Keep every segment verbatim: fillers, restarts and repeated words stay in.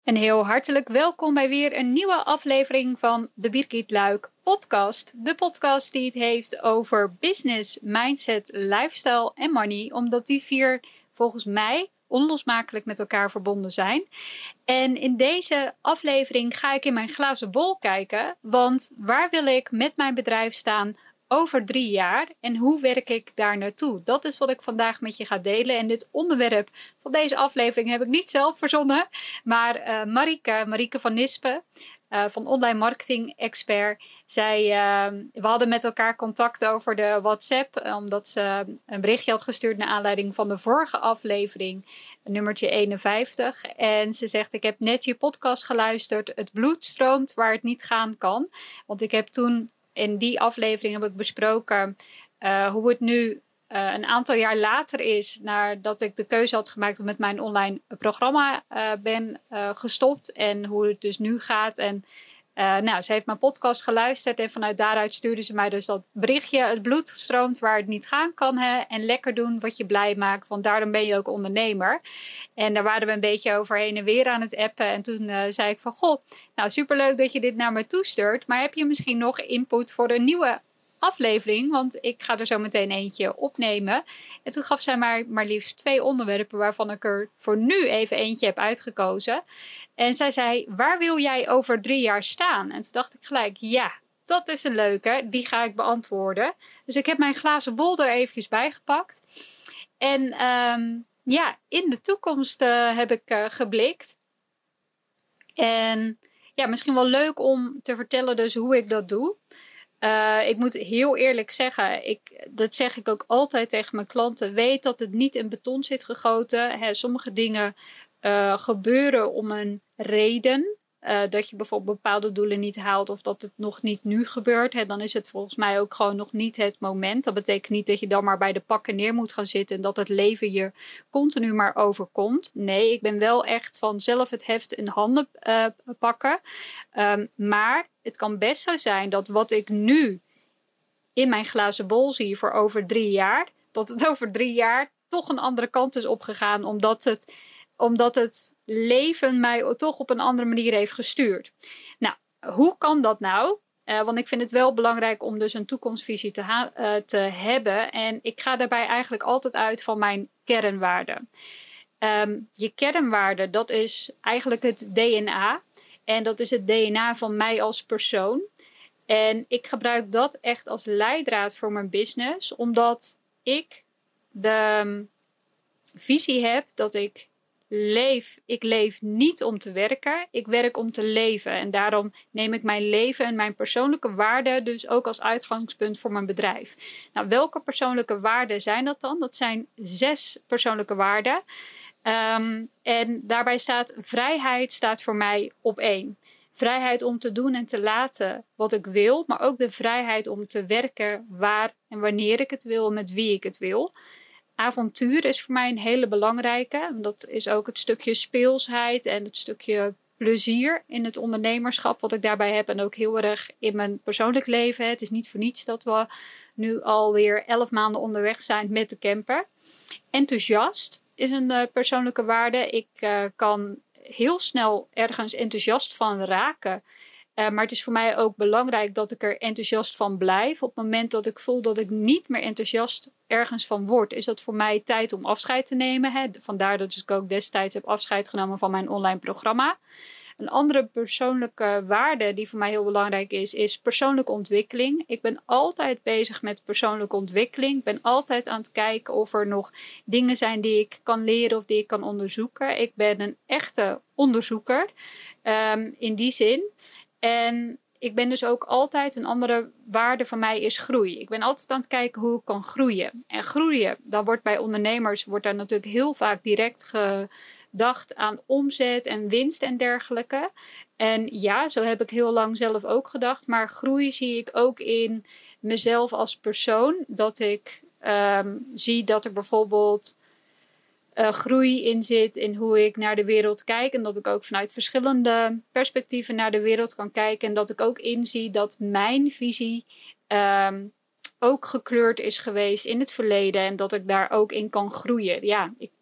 Een heel hartelijk welkom bij weer een nieuwe aflevering van de Birgit Luik podcast. De podcast die het heeft over business, mindset, lifestyle en money. Omdat die vier volgens mij onlosmakelijk met elkaar verbonden zijn. En in deze aflevering ga ik in mijn glazen bol kijken. Want waar wil ik met mijn bedrijf staan over drie jaar en hoe werk ik daar naartoe? Dat is wat ik vandaag met je ga delen. En dit onderwerp van deze aflevering heb ik niet zelf verzonnen. Maar uh, Marieke, Marieke van Nispen uh, van Online Marketing Expert. Zij, uh, we hadden met elkaar contact over de WhatsApp. Omdat ze een berichtje had gestuurd naar aanleiding van de vorige aflevering. Nummertje eenenvijftig. En ze zegt, ik heb net je podcast geluisterd. Het bloed stroomt waar het niet gaan kan. Want ik heb toen... In die aflevering heb ik besproken uh, hoe het nu uh, een aantal jaar later is nadat ik de keuze had gemaakt om met mijn online programma uh, ben uh, gestopt. En hoe het dus nu gaat. En uh, nou, ze heeft mijn podcast geluisterd en vanuit daaruit stuurde ze mij dus dat berichtje. Het bloed stroomt waar het niet gaan kan. Hè? En lekker doen wat je blij maakt, want daarom ben je ook ondernemer. En daar waren we een beetje over heen en weer aan het appen. En toen uh, zei ik van, goh, nou superleuk dat je dit naar me toestuurt. Maar heb je misschien nog input voor een nieuwe aflevering? Want ik ga er zo meteen eentje opnemen. En toen gaf zij maar, maar liefst twee onderwerpen waarvan ik er voor nu even eentje heb uitgekozen. En zij zei, waar wil jij over drie jaar staan? En toen dacht ik gelijk, ja, dat is een leuke. Die ga ik beantwoorden. Dus ik heb mijn glazen bol er eventjes bijgepakt. En um, ja, in de toekomst uh, heb ik uh, geblikt. En ja, misschien wel leuk om te vertellen dus hoe ik dat doe. Uh, ik moet heel eerlijk zeggen, ik, dat zeg ik ook altijd tegen mijn klanten. Weet dat het niet in beton zit gegoten. Hè, sommige dingen uh, gebeuren om een reden. Uh, dat je bijvoorbeeld bepaalde doelen niet haalt of dat het nog niet nu gebeurt. Hè, dan is het volgens mij ook gewoon nog niet het moment. Dat betekent niet dat je dan maar bij de pakken neer moet gaan zitten en dat het leven je continu maar overkomt. Nee, ik ben wel echt van zelf het heft in handen uh, pakken. Um, maar het kan best zo zijn dat wat ik nu in mijn glazen bol zie voor over drie jaar, dat het over drie jaar toch een andere kant is opgegaan, omdat het... Omdat het leven mij toch op een andere manier heeft gestuurd. Nou, hoe kan dat nou? Uh, want ik vind het wel belangrijk om dus een toekomstvisie te, ha- uh, te hebben. En ik ga daarbij eigenlijk altijd uit van mijn kernwaarden. Um, je kernwaarden, dat is eigenlijk het D N A. En dat is het D N A van mij als persoon. En ik gebruik dat echt als leidraad voor mijn business. Omdat ik de visie heb dat ik... Leef, ik leef niet om te werken, ik werk om te leven. En daarom neem ik mijn leven en mijn persoonlijke waarden dus ook als uitgangspunt voor mijn bedrijf. Nou, welke persoonlijke waarden zijn dat dan? Dat zijn zes persoonlijke waarden. Um, en daarbij staat vrijheid staat voor mij op één. Vrijheid om te doen en te laten wat ik wil, maar ook de vrijheid om te werken waar en wanneer ik het wil en met wie ik het wil. Avontuur is voor mij een hele belangrijke. Dat is ook het stukje speelsheid en het stukje plezier in het ondernemerschap wat ik daarbij heb. En ook heel erg in mijn persoonlijk leven. Het is niet voor niets dat we nu alweer elf maanden onderweg zijn met de camper. Enthousiast is een uh, persoonlijke waarde. Ik uh, kan heel snel ergens enthousiast van raken. Uh, maar het is voor mij ook belangrijk dat ik er enthousiast van blijf. Op het moment dat ik voel dat ik niet meer enthousiast ergens van word, is dat voor mij tijd om afscheid te nemen. Hè. Vandaar dat ik ook destijds heb afscheid genomen van mijn online programma. Een andere persoonlijke waarde die voor mij heel belangrijk is, is persoonlijke ontwikkeling. Ik ben altijd bezig met persoonlijke ontwikkeling. Ik ben altijd aan het kijken of er nog dingen zijn die ik kan leren of die ik kan onderzoeken. Ik ben een echte onderzoeker um, in die zin. En ik ben dus ook altijd, een andere waarde van mij is groei. Ik ben altijd aan het kijken hoe ik kan groeien. En groeien, dan wordt bij ondernemers wordt daar natuurlijk heel vaak direct gedacht aan omzet en winst en dergelijke. En ja, zo heb ik heel lang zelf ook gedacht. Maar groei zie ik ook in mezelf als persoon. Dat ik um, zie dat er bijvoorbeeld Uh, groei in zit in hoe ik naar de wereld kijk. En dat ik ook vanuit verschillende perspectieven naar de wereld kan kijken. En dat ik ook inzie dat mijn visie um, ook gekleurd is geweest in het verleden. En dat ik daar ook in kan groeien. Ja, ik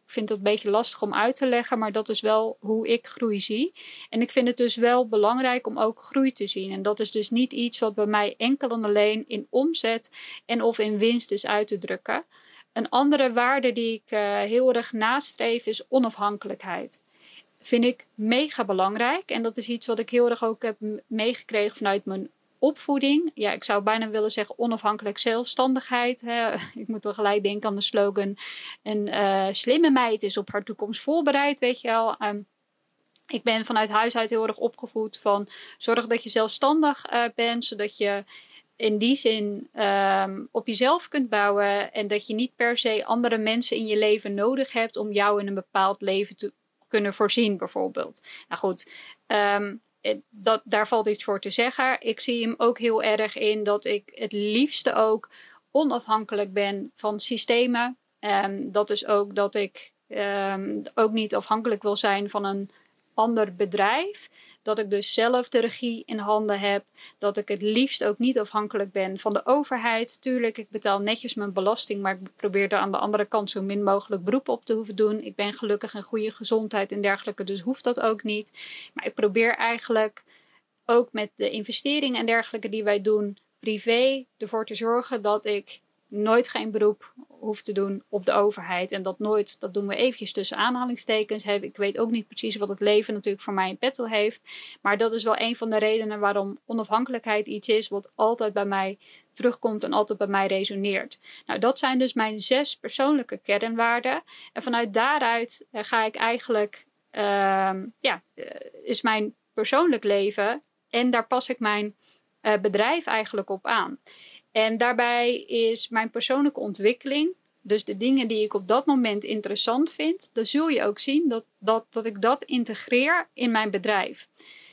vind dat een beetje lastig om uit te leggen, maar dat is wel hoe ik groei zie. En ik vind het dus wel belangrijk om ook groei te zien. En dat is dus niet iets wat bij mij enkel en alleen in omzet en of in winst is uit te drukken. Een andere waarde die ik uh, heel erg nastreef is onafhankelijkheid. Vind ik mega belangrijk. En dat is iets wat ik heel erg ook heb meegekregen vanuit mijn opvoeding. Ja, ik zou bijna willen zeggen onafhankelijk zelfstandigheid. Hè. Ik moet wel gelijk denken aan de slogan: een uh, slimme meid is op haar toekomst voorbereid, weet je wel. Um, ik ben vanuit huis uit heel erg opgevoed van zorg dat je zelfstandig uh, bent, zodat je in die zin um, op jezelf kunt bouwen en dat je niet per se andere mensen in je leven nodig hebt om jou in een bepaald leven te kunnen voorzien, bijvoorbeeld. Nou goed, um, dat, daar valt iets voor te zeggen. Ik zie hem ook heel erg in dat ik het liefste ook onafhankelijk ben van systemen. Um, dat is ook dat ik um, ook niet afhankelijk wil zijn van een ander bedrijf. Dat ik dus zelf de regie in handen heb. Dat ik het liefst ook niet afhankelijk ben van de overheid. Tuurlijk, ik betaal netjes mijn belasting, maar ik probeer er aan de andere kant zo min mogelijk beroep op te hoeven doen. Ik ben gelukkig in goede gezondheid en dergelijke, dus hoeft dat ook niet. Maar ik probeer eigenlijk ook met de investeringen en dergelijke die wij doen, privé, ervoor te zorgen dat ik nooit geen beroep hoef te doen op de overheid. En dat nooit, dat doen we eventjes tussen aanhalingstekens. Ik weet ook niet precies wat het leven natuurlijk voor mij in petto heeft. Maar dat is wel een van de redenen waarom onafhankelijkheid iets is wat altijd bij mij terugkomt en altijd bij mij resoneert. Nou, dat zijn dus mijn zes persoonlijke kernwaarden. En vanuit daaruit uh, ga ik eigenlijk, uh, ja, uh, is mijn persoonlijk leven en daar pas ik mijn uh, bedrijf eigenlijk op aan. En daarbij is mijn persoonlijke ontwikkeling, dus de dingen die ik op dat moment interessant vind, dan zul je ook zien dat, dat, dat ik dat integreer in mijn bedrijf.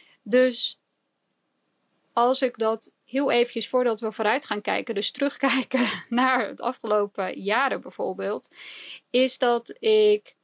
Dus als ik dat heel eventjes voordat we vooruit gaan kijken, dus terugkijken naar het afgelopen jaren bijvoorbeeld, is dat ik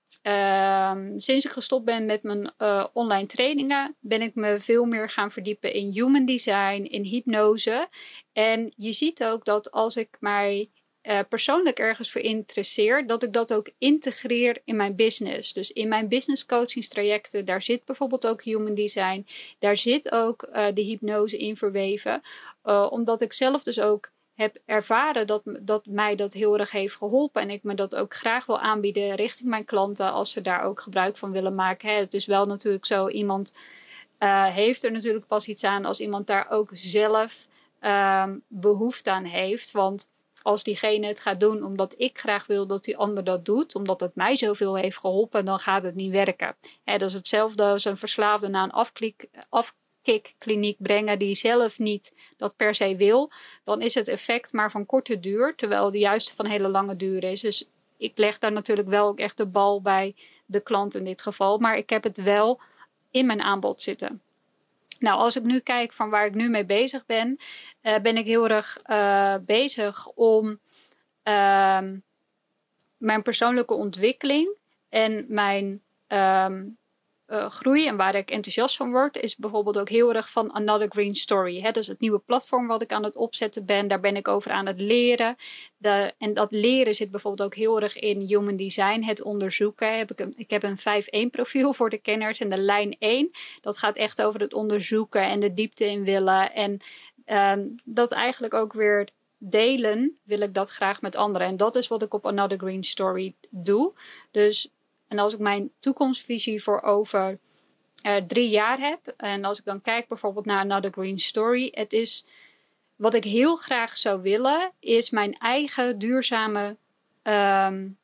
Uh, sinds ik gestopt ben met mijn uh, online trainingen, ben ik me veel meer gaan verdiepen in human design, in hypnose. En je ziet ook dat als ik mij uh, persoonlijk ergens voor interesseer, dat ik dat ook integreer in mijn business. Dus in mijn business coachingstrajecten, daar zit bijvoorbeeld ook human design. Daar zit ook uh, de hypnose in verweven. Uh, omdat ik zelf dus ook heb ervaren dat, dat mij dat heel erg heeft geholpen. En ik me dat ook graag wil aanbieden richting mijn klanten als ze daar ook gebruik van willen maken. Hè, het is wel natuurlijk zo, iemand uh, heeft er natuurlijk pas iets aan als iemand daar ook zelf uh, behoefte aan heeft. Want als diegene het gaat doen omdat ik graag wil dat die ander dat doet, omdat het mij zoveel heeft geholpen, dan gaat het niet werken. Hè, dat is hetzelfde als een verslaafde na een afklik, af kickkliniek brengen die zelf niet dat per se wil, dan is het effect maar van korte duur, terwijl de juiste van hele lange duur is. Dus ik leg daar natuurlijk wel ook echt de bal bij de klant in dit geval, maar ik heb het wel in mijn aanbod zitten. Nou, als ik nu kijk van waar ik nu mee bezig ben, uh, ben ik heel erg uh, bezig om uh, mijn persoonlijke ontwikkeling en mijn um, Uh, groei en waar ik enthousiast van word, is bijvoorbeeld ook heel erg van Another Green Story. Hè? Dat is het nieuwe platform wat ik aan het opzetten ben. Daar ben ik over aan het leren. De, en dat leren zit bijvoorbeeld ook heel erg in human design, het onderzoeken. Heb ik, een, ik heb een vijf één profiel voor de kenners en de lijn één. Dat gaat echt over het onderzoeken en de diepte in willen. En uh, dat eigenlijk ook weer delen, wil ik dat graag met anderen. En dat is wat ik op Another Green Story doe. Dus en als ik mijn toekomstvisie voor over uh, drie jaar heb, en als ik dan kijk bijvoorbeeld naar Another Green Story, het is wat ik heel graag zou willen, is mijn eigen duurzame um,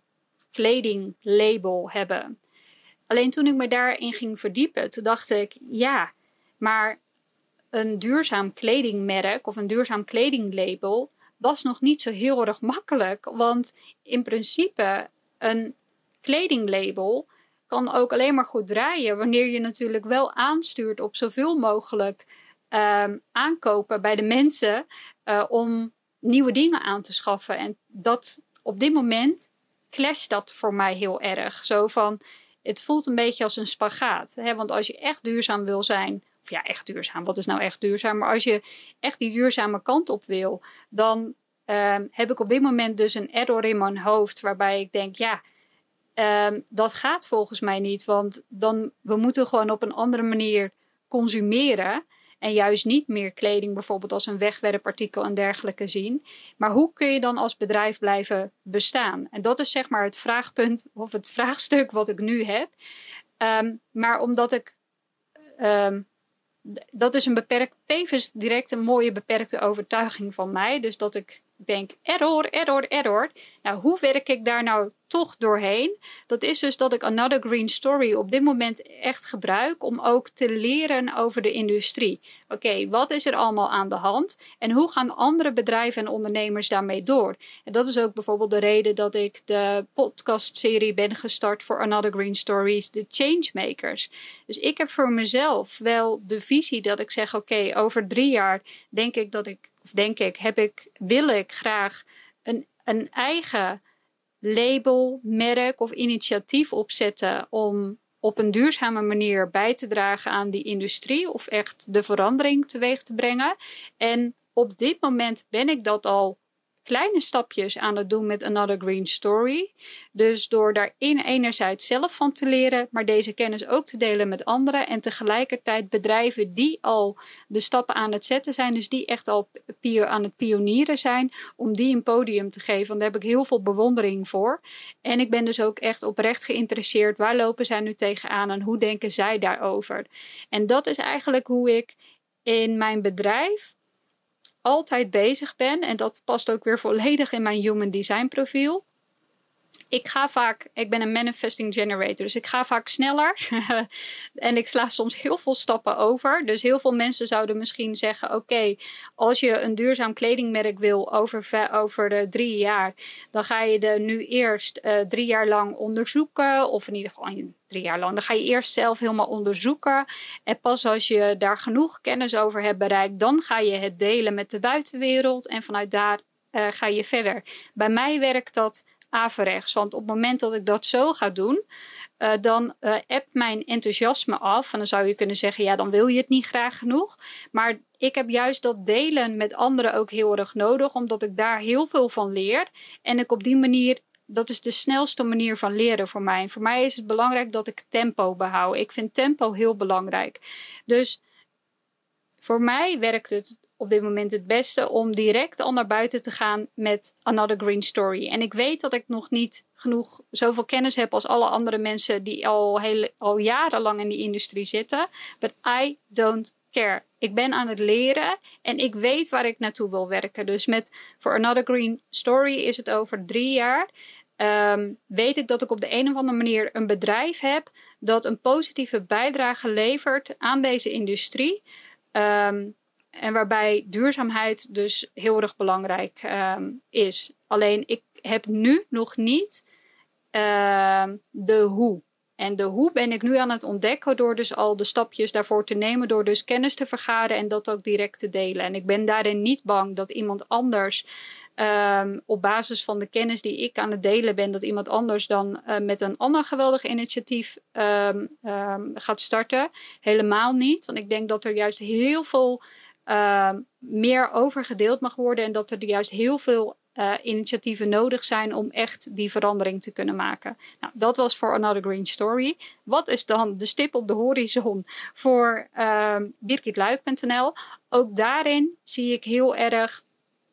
kledinglabel hebben. Alleen toen ik me daarin ging verdiepen, toen dacht ik, ja, maar een duurzaam kledingmerk of een duurzaam kledinglabel was nog niet zo heel erg makkelijk, want in principe een kledinglabel kan ook alleen maar goed draaien wanneer je natuurlijk wel aanstuurt op zoveel mogelijk um, aankopen bij de mensen uh, om nieuwe dingen aan te schaffen. En dat op dit moment clasht dat voor mij heel erg. Zo van, het voelt een beetje als een spagaat. Hè? Want als je echt duurzaam wil zijn, of ja, echt duurzaam, wat is nou echt duurzaam? Maar als je echt die duurzame kant op wil, dan uh, heb ik op dit moment dus een error in mijn hoofd waarbij ik denk, ja, Um, dat gaat volgens mij niet. Want dan, we moeten gewoon op een andere manier consumeren. En juist niet meer kleding bijvoorbeeld als een wegwerpartikel en dergelijke zien. Maar hoe kun je dan als bedrijf blijven bestaan? En dat is zeg maar het vraagpunt of het vraagstuk wat ik nu heb. Um, maar omdat ik... Um, dat is een beperkt, tevens direct een mooie beperkte overtuiging van mij. Dus dat ik denk, error, error, error. Nou, hoe werk ik daar nou toch doorheen? Dat is dus dat ik Another Green Story op dit moment echt gebruik om ook te leren over de industrie. Oké, okay, wat is er allemaal aan de hand? En hoe gaan andere bedrijven en ondernemers daarmee door? En dat is ook bijvoorbeeld de reden dat ik de podcastserie ben gestart voor Another Green Stories, de Changemakers. Dus ik heb voor mezelf wel de visie dat ik zeg, oké, okay, over drie jaar denk ik dat ik, of denk ik, heb ik, wil ik graag een, een eigen label, merk of initiatief opzetten om op een duurzame manier bij te dragen aan die industrie of echt de verandering teweeg te brengen. En op dit moment ben ik dat al kleine stapjes aan het doen met Another Green Story. Dus door daarin enerzijds zelf van te leren, maar deze kennis ook te delen met anderen en tegelijkertijd bedrijven die al de stappen aan het zetten zijn, dus die echt al aan het pionieren zijn, om die een podium te geven. Want daar heb ik heel veel bewondering voor. En ik ben dus ook echt oprecht geïnteresseerd, waar lopen zij nu tegenaan en hoe denken zij daarover? En dat is eigenlijk hoe ik in mijn bedrijf altijd bezig ben. En dat past ook weer volledig in mijn human design profiel. Ik ga vaak, ik ben een manifesting generator, dus ik ga vaak sneller. En ik sla soms heel veel stappen over. Dus heel veel mensen zouden misschien zeggen, oké, okay, als je een duurzaam kledingmerk wil over, over uh, drie jaar, dan ga je er nu eerst uh, drie jaar lang onderzoeken. Of in ieder geval drie jaar lang. Dan ga je eerst zelf helemaal onderzoeken. En pas als je daar genoeg kennis over hebt bereikt, dan ga je het delen met de buitenwereld. En vanuit daar uh, ga je verder. Bij mij werkt dat averechts. Want op het moment dat ik dat zo ga doen, uh, dan uh, appt mijn enthousiasme af. En dan zou je kunnen zeggen, ja, dan wil je het niet graag genoeg. Maar ik heb juist dat delen met anderen ook heel erg nodig, omdat ik daar heel veel van leer. En ik op die manier, dat is de snelste manier van leren voor mij. En voor mij is het belangrijk dat ik tempo behoud. Ik vind tempo heel belangrijk. Dus voor mij werkt het op dit moment het beste om direct al naar buiten te gaan met Another Green Story. En ik weet dat ik nog niet genoeg zoveel kennis heb als alle andere mensen die al, heel, al jarenlang in die industrie zitten. But I don't care. Ik ben aan het leren en ik weet waar ik naartoe wil werken. Dus met voor Another Green Story is het over drie jaar. Um, weet ik dat ik op de een of andere manier een bedrijf heb dat een positieve bijdrage levert aan deze industrie. Um, En waarbij duurzaamheid dus heel erg belangrijk um, is. Alleen ik heb nu nog niet uh, de hoe. En de hoe ben ik nu aan het ontdekken door dus al de stapjes daarvoor te nemen. Door dus kennis te vergaren en dat ook direct te delen. En ik ben daarin niet bang dat iemand anders um, op basis van de kennis die ik aan het delen ben, dat iemand anders dan uh, met een ander geweldig initiatief um, um, gaat starten. Helemaal niet. Want ik denk dat er juist heel veel Uh, meer over gedeeld mag worden en dat er juist heel veel uh, initiatieven nodig zijn om echt die verandering te kunnen maken. Nou, dat was voor Another Green Story. Wat is dan de stip op de horizon voor uh, birgit luik punt n l? Ook daarin zie ik heel erg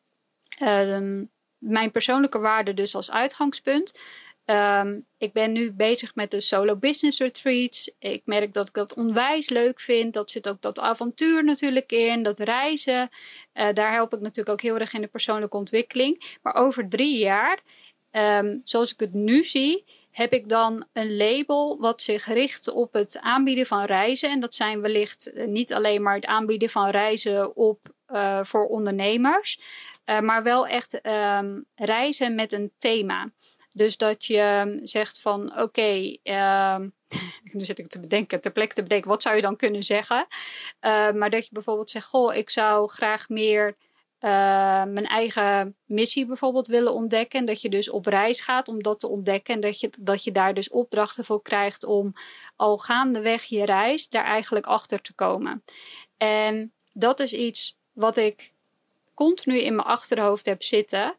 uh, mijn persoonlijke waarde dus als uitgangspunt. Um, ik ben nu bezig met de solo business retreats. Ik merk dat ik dat onwijs leuk vind. Dat zit ook dat avontuur natuurlijk in, dat reizen. Uh, daar help ik natuurlijk ook heel erg in de persoonlijke ontwikkeling. Maar over drie jaar, um, zoals ik het nu zie, heb ik dan een label wat zich richt op het aanbieden van reizen. En dat zijn wellicht niet alleen maar het aanbieden van reizen op, uh, voor ondernemers, uh, maar wel echt um, reizen met een thema. Dus dat je zegt van oké, okay, uh, dan zit ik te bedenken, ter plekke te bedenken, wat zou je dan kunnen zeggen? Uh, maar dat je bijvoorbeeld zegt, goh, ik zou graag meer uh, mijn eigen missie bijvoorbeeld willen ontdekken. En dat je dus op reis gaat om dat te ontdekken. En dat je, dat je daar dus opdrachten voor krijgt om al gaandeweg je reis daar eigenlijk achter te komen. En dat is iets wat ik continu in mijn achterhoofd heb zitten.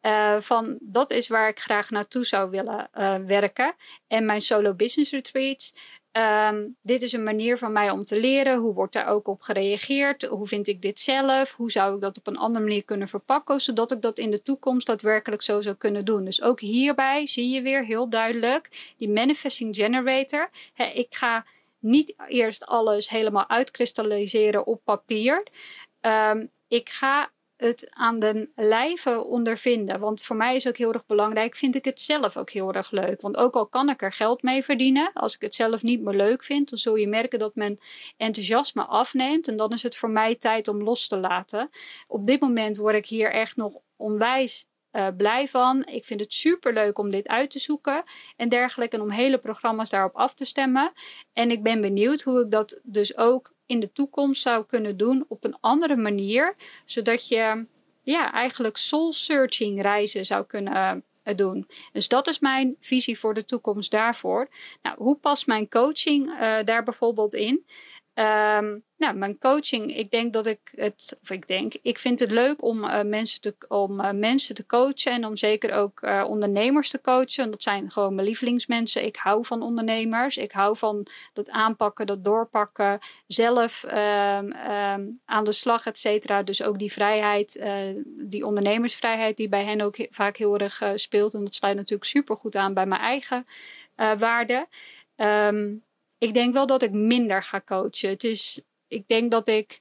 Uh, van dat is waar ik graag naartoe zou willen uh, werken. En mijn solo business retreats. Um, dit is een manier van mij om te leren. Hoe wordt daar ook op gereageerd? Hoe vind ik dit zelf? Hoe zou ik dat op een andere manier kunnen verpakken? Zodat ik dat in de toekomst daadwerkelijk zo zou kunnen doen. Dus ook hierbij zie je weer heel duidelijk die manifesting generator. He, ik ga niet eerst alles helemaal uitkristalliseren op papier. Um, ik ga het aan den lijve ondervinden. Want voor mij is ook heel erg belangrijk, vind ik het zelf ook heel erg leuk. Want ook al kan ik er geld mee verdienen, als ik het zelf niet meer leuk vind, dan zul je merken dat mijn enthousiasme afneemt. En dan is het voor mij tijd om los te laten. Op dit moment word ik hier echt nog onwijs uh, blij van. Ik vind het super leuk om dit uit te zoeken en dergelijke. En om hele programma's daarop af te stemmen. En ik ben benieuwd hoe ik dat dus ook in de toekomst zou kunnen doen op een andere manier. Zodat je ja, eigenlijk soul-searching reizen zou kunnen uh, doen. Dus dat is mijn visie voor de toekomst daarvoor. Nou, hoe past mijn coaching uh, daar bijvoorbeeld in? Um, nou, mijn coaching, ik denk dat ik het, of ik denk, ik vind het leuk om, uh, mensen, te, om uh, mensen te coachen en om zeker ook uh, ondernemers te coachen. Dat zijn gewoon mijn lievelingsmensen. Ik hou van ondernemers. Ik hou van dat aanpakken, dat doorpakken, zelf um, um, aan de slag, et cetera. Dus ook die vrijheid, uh, die ondernemersvrijheid die bij hen ook he- vaak heel erg uh, speelt. En dat sluit natuurlijk super goed aan bij mijn eigen uh, waarden. Um, Ik denk wel dat ik minder ga coachen. Het is, ik denk dat ik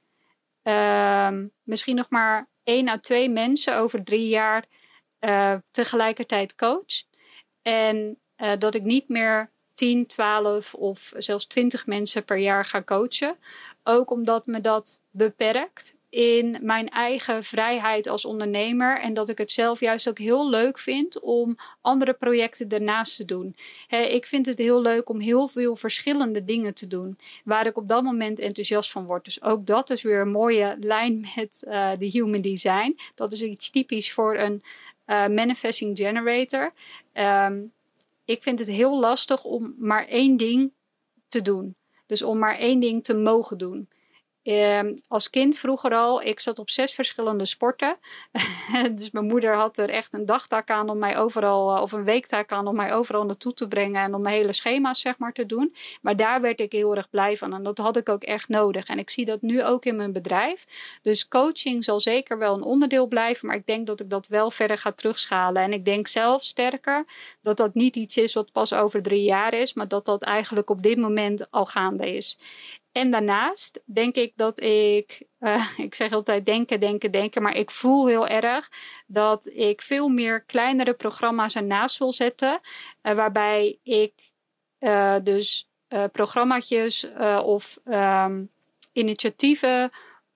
uh, misschien nog maar één à twee mensen over drie jaar uh, tegelijkertijd coach. En uh, dat ik niet meer tien, twaalf of zelfs twintig mensen per jaar ga coachen. Ook omdat me dat beperkt in mijn eigen vrijheid als ondernemer. En dat ik het zelf juist ook heel leuk vind om andere projecten ernaast te doen. He, ik vind het heel leuk om heel veel verschillende dingen te doen. Waar ik op dat moment enthousiast van word. Dus ook dat is weer een mooie lijn met uh, de Human Design. Dat is iets typisch voor een uh, manifesting generator. Um, ik vind het heel lastig om maar één ding te doen. Dus om maar één ding te mogen doen. Um, als kind vroeger al, ik zat op zes verschillende sporten. Dus mijn moeder had er echt een dagtaak aan om mij overal, of een weektaak aan om mij overal naartoe te brengen en om mijn hele schema's zeg maar te doen. Maar daar werd ik heel erg blij van en dat had ik ook echt nodig. En ik zie dat nu ook in mijn bedrijf. Dus coaching zal zeker wel een onderdeel blijven, maar ik denk dat ik dat wel verder ga terugschalen. En ik denk zelf sterker dat dat niet iets is wat pas over drie jaar is, maar dat dat eigenlijk op dit moment al gaande is. En daarnaast denk ik dat ik, uh, ik zeg altijd denken, denken, denken, maar ik voel heel erg dat ik veel meer kleinere programma's ernaast wil zetten, uh, waarbij ik uh, dus uh, programmaatjes uh, of um, initiatieven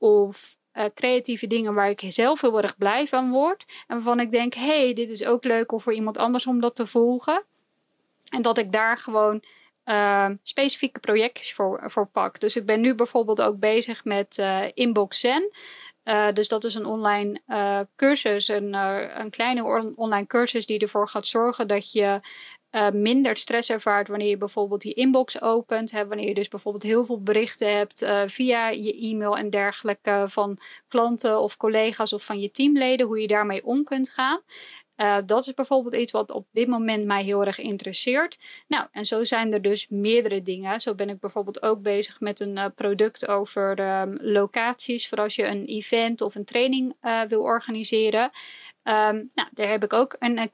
of uh, creatieve dingen waar ik zelf heel erg blij van word en waarvan ik denk, hé, hey, dit is ook leuk om voor iemand anders om dat te volgen. En dat ik daar gewoon Uh, specifieke projectjes voor, voor pak. Dus ik ben nu bijvoorbeeld ook bezig met uh, Inbox Zen. Uh, dus dat is een online uh, cursus, een, uh, een kleine on- online cursus die ervoor gaat zorgen dat je uh, minder stress ervaart wanneer je bijvoorbeeld die inbox opent. Hè, wanneer je dus bijvoorbeeld heel veel berichten hebt uh, via je e-mail en dergelijke van klanten of collega's of van je teamleden, hoe je daarmee om kunt gaan. Uh, dat is bijvoorbeeld iets wat op dit moment mij heel erg interesseert. Nou, en zo zijn er dus meerdere dingen. Zo ben ik bijvoorbeeld ook bezig met een uh, product over um, locaties voor als je een event of een training uh, wil organiseren. Um, nou, daar heb ik ook een uh,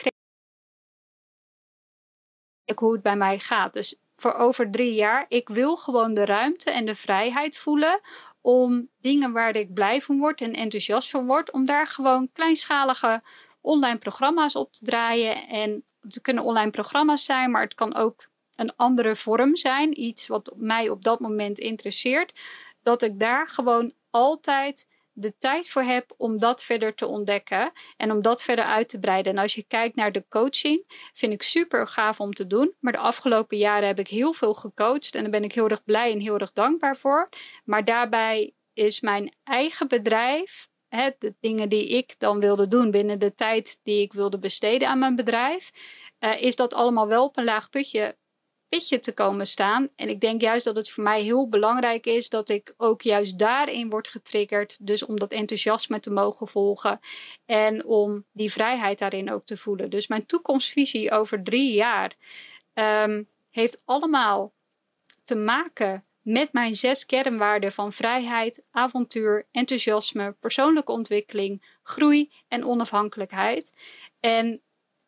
hoe het bij mij gaat. Dus voor over drie jaar, ik wil gewoon de ruimte en de vrijheid voelen om dingen waar ik blij van word en enthousiast van word, om daar gewoon kleinschalige online programma's op te draaien. En het kunnen online programma's zijn, maar het kan ook een andere vorm zijn. Iets wat mij op dat moment interesseert. Dat ik daar gewoon altijd de tijd voor heb om dat verder te ontdekken. En om dat verder uit te breiden. En als je kijkt naar de coaching, vind ik super gaaf om te doen. Maar de afgelopen jaren heb ik heel veel gecoacht. En daar ben ik heel erg blij en heel erg dankbaar voor. Maar daarbij is mijn eigen bedrijf, hè, de dingen die ik dan wilde doen binnen de tijd die ik wilde besteden aan mijn bedrijf, uh, is dat allemaal wel op een laag putje pitje te komen staan. En ik denk juist dat het voor mij heel belangrijk is dat ik ook juist daarin word getriggerd. Dus om dat enthousiasme te mogen volgen en om die vrijheid daarin ook te voelen. Dus mijn toekomstvisie over drie jaar um, heeft allemaal te maken met mijn zes kernwaarden van vrijheid, avontuur, enthousiasme, persoonlijke ontwikkeling, groei en onafhankelijkheid. En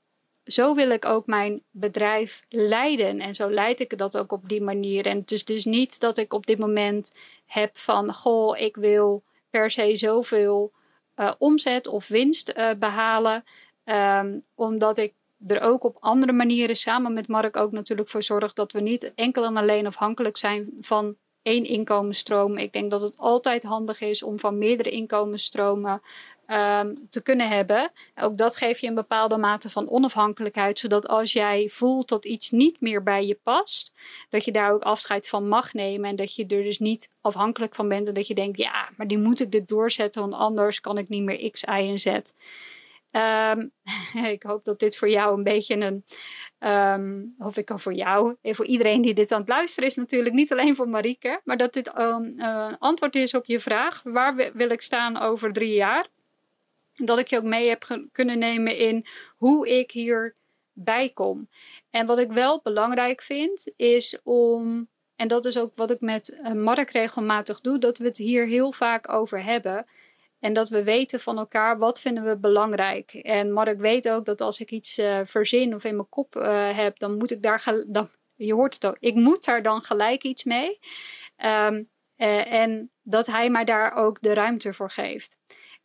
zo wil ik ook mijn bedrijf leiden. En zo leid ik dat ook op die manier. En het is dus niet dat ik op dit moment heb van, goh, ik wil per se zoveel uh, omzet of winst uh, behalen. Um, omdat ik er ook op andere manieren samen met Mark ook natuurlijk voor zorg dat we niet enkel en alleen afhankelijk zijn van één inkomensstroom. Ik denk dat het altijd handig is om van meerdere inkomensstromen um, te kunnen hebben. Ook dat geeft je een bepaalde mate van onafhankelijkheid, zodat als jij voelt dat iets niet meer bij je past, dat je daar ook afscheid van mag nemen en dat je er dus niet afhankelijk van bent en dat je denkt, ja, maar die moet ik dit doorzetten, want anders kan ik niet meer X, Y en Z. Um, ik hoop dat dit voor jou een beetje een, um, of ik kan voor jou, en voor iedereen die dit aan het luisteren is natuurlijk, niet alleen voor Marieke, maar dat dit een uh, antwoord is op je vraag, waar wil ik staan over drie jaar? Dat ik je ook mee heb ge- kunnen nemen in hoe ik hierbij kom. En wat ik wel belangrijk vind, is om, en dat is ook wat ik met uh, Mark regelmatig doe, dat we het hier heel vaak over hebben. En dat we weten van elkaar, wat vinden we belangrijk. En Mark weet ook dat als ik iets uh, verzin of in mijn kop uh, heb, dan moet ik daar, gel- dan, je hoort het ook, ik moet daar dan gelijk iets mee. Um, uh, en dat hij mij daar ook de ruimte voor geeft.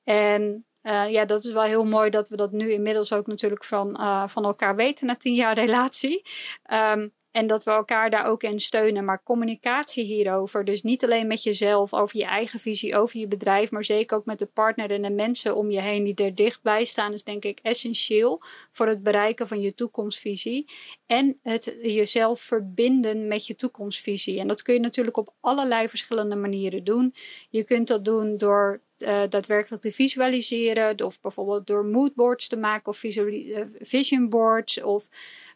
En uh, ja, dat is wel heel mooi dat we dat nu inmiddels ook natuurlijk van, uh, van elkaar weten na tien jaar relatie. Um, En dat we elkaar daar ook in steunen. Maar communicatie hierover, dus niet alleen met jezelf, over je eigen visie, over je bedrijf, maar zeker ook met de partner en de mensen om je heen die er dichtbij staan, is denk ik essentieel voor het bereiken van je toekomstvisie. En het jezelf verbinden met je toekomstvisie. En dat kun je natuurlijk op allerlei verschillende manieren doen. Je kunt dat doen door Uh, daadwerkelijk te visualiseren, of bijvoorbeeld door moodboards te maken of visuali- uh, vision boards of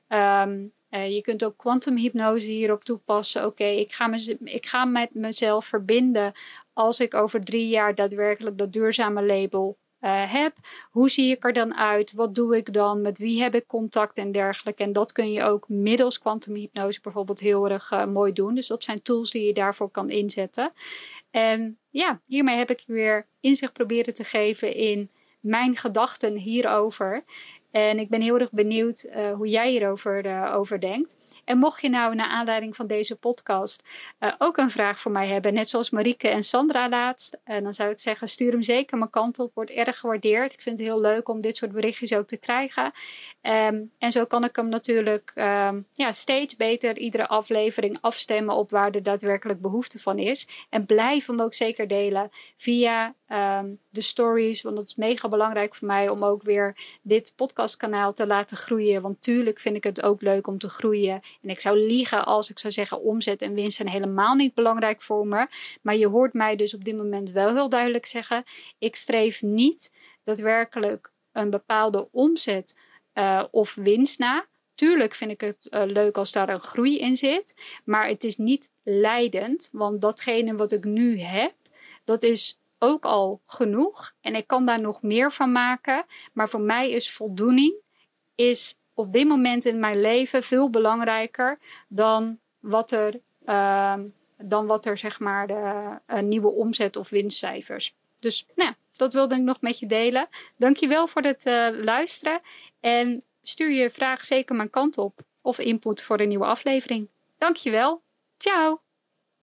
um, uh, je kunt ook kwantumhypnose hierop toepassen. Oké, okay, ik, ga me, ik ga met mezelf verbinden als ik over drie jaar daadwerkelijk dat duurzame label uh, heb. Hoe zie ik er dan uit? Wat doe ik dan? Met wie heb ik contact en dergelijke? En dat kun je ook middels kwantumhypnose bijvoorbeeld heel erg uh, mooi doen. Dus dat zijn tools die je daarvoor kan inzetten. En ja, hiermee heb ik je weer inzicht proberen te geven in mijn gedachten hierover. En ik ben heel erg benieuwd uh, hoe jij hierover uh, over denkt. En mocht je nou naar aanleiding van deze podcast uh, ook een vraag voor mij hebben, net zoals Marieke en Sandra laatst, uh, dan zou ik zeggen, stuur hem zeker mijn kant op. Wordt erg gewaardeerd. Ik vind het heel leuk om dit soort berichtjes ook te krijgen. Um, en zo kan ik hem natuurlijk um, ja, steeds beter iedere aflevering afstemmen op waar er daadwerkelijk behoefte van is. En blijf hem ook zeker delen via um, de stories, want dat is mega belangrijk voor mij om ook weer dit podcastkanaal te laten groeien. Want tuurlijk vind ik het ook leuk om te groeien. En ik zou liegen als ik zou zeggen omzet en winst zijn helemaal niet belangrijk voor me. Maar je hoort mij dus op dit moment wel heel duidelijk zeggen, ik streef niet daadwerkelijk een bepaalde omzet uh, of winst na. Tuurlijk vind ik het uh, leuk als daar een groei in zit. Maar het is niet leidend. Want datgene wat ik nu heb, dat is ook al genoeg. En ik kan daar nog meer van maken. Maar voor mij is voldoening is op dit moment in mijn leven veel belangrijker dan wat er, uh, dan wat er zeg maar de uh, nieuwe omzet of winstcijfers. Dus nou, dat wilde ik nog met je delen. Dankjewel voor het uh, luisteren. En stuur je vraag zeker mijn kant op. Of input voor een nieuwe aflevering. Dankjewel. Ciao.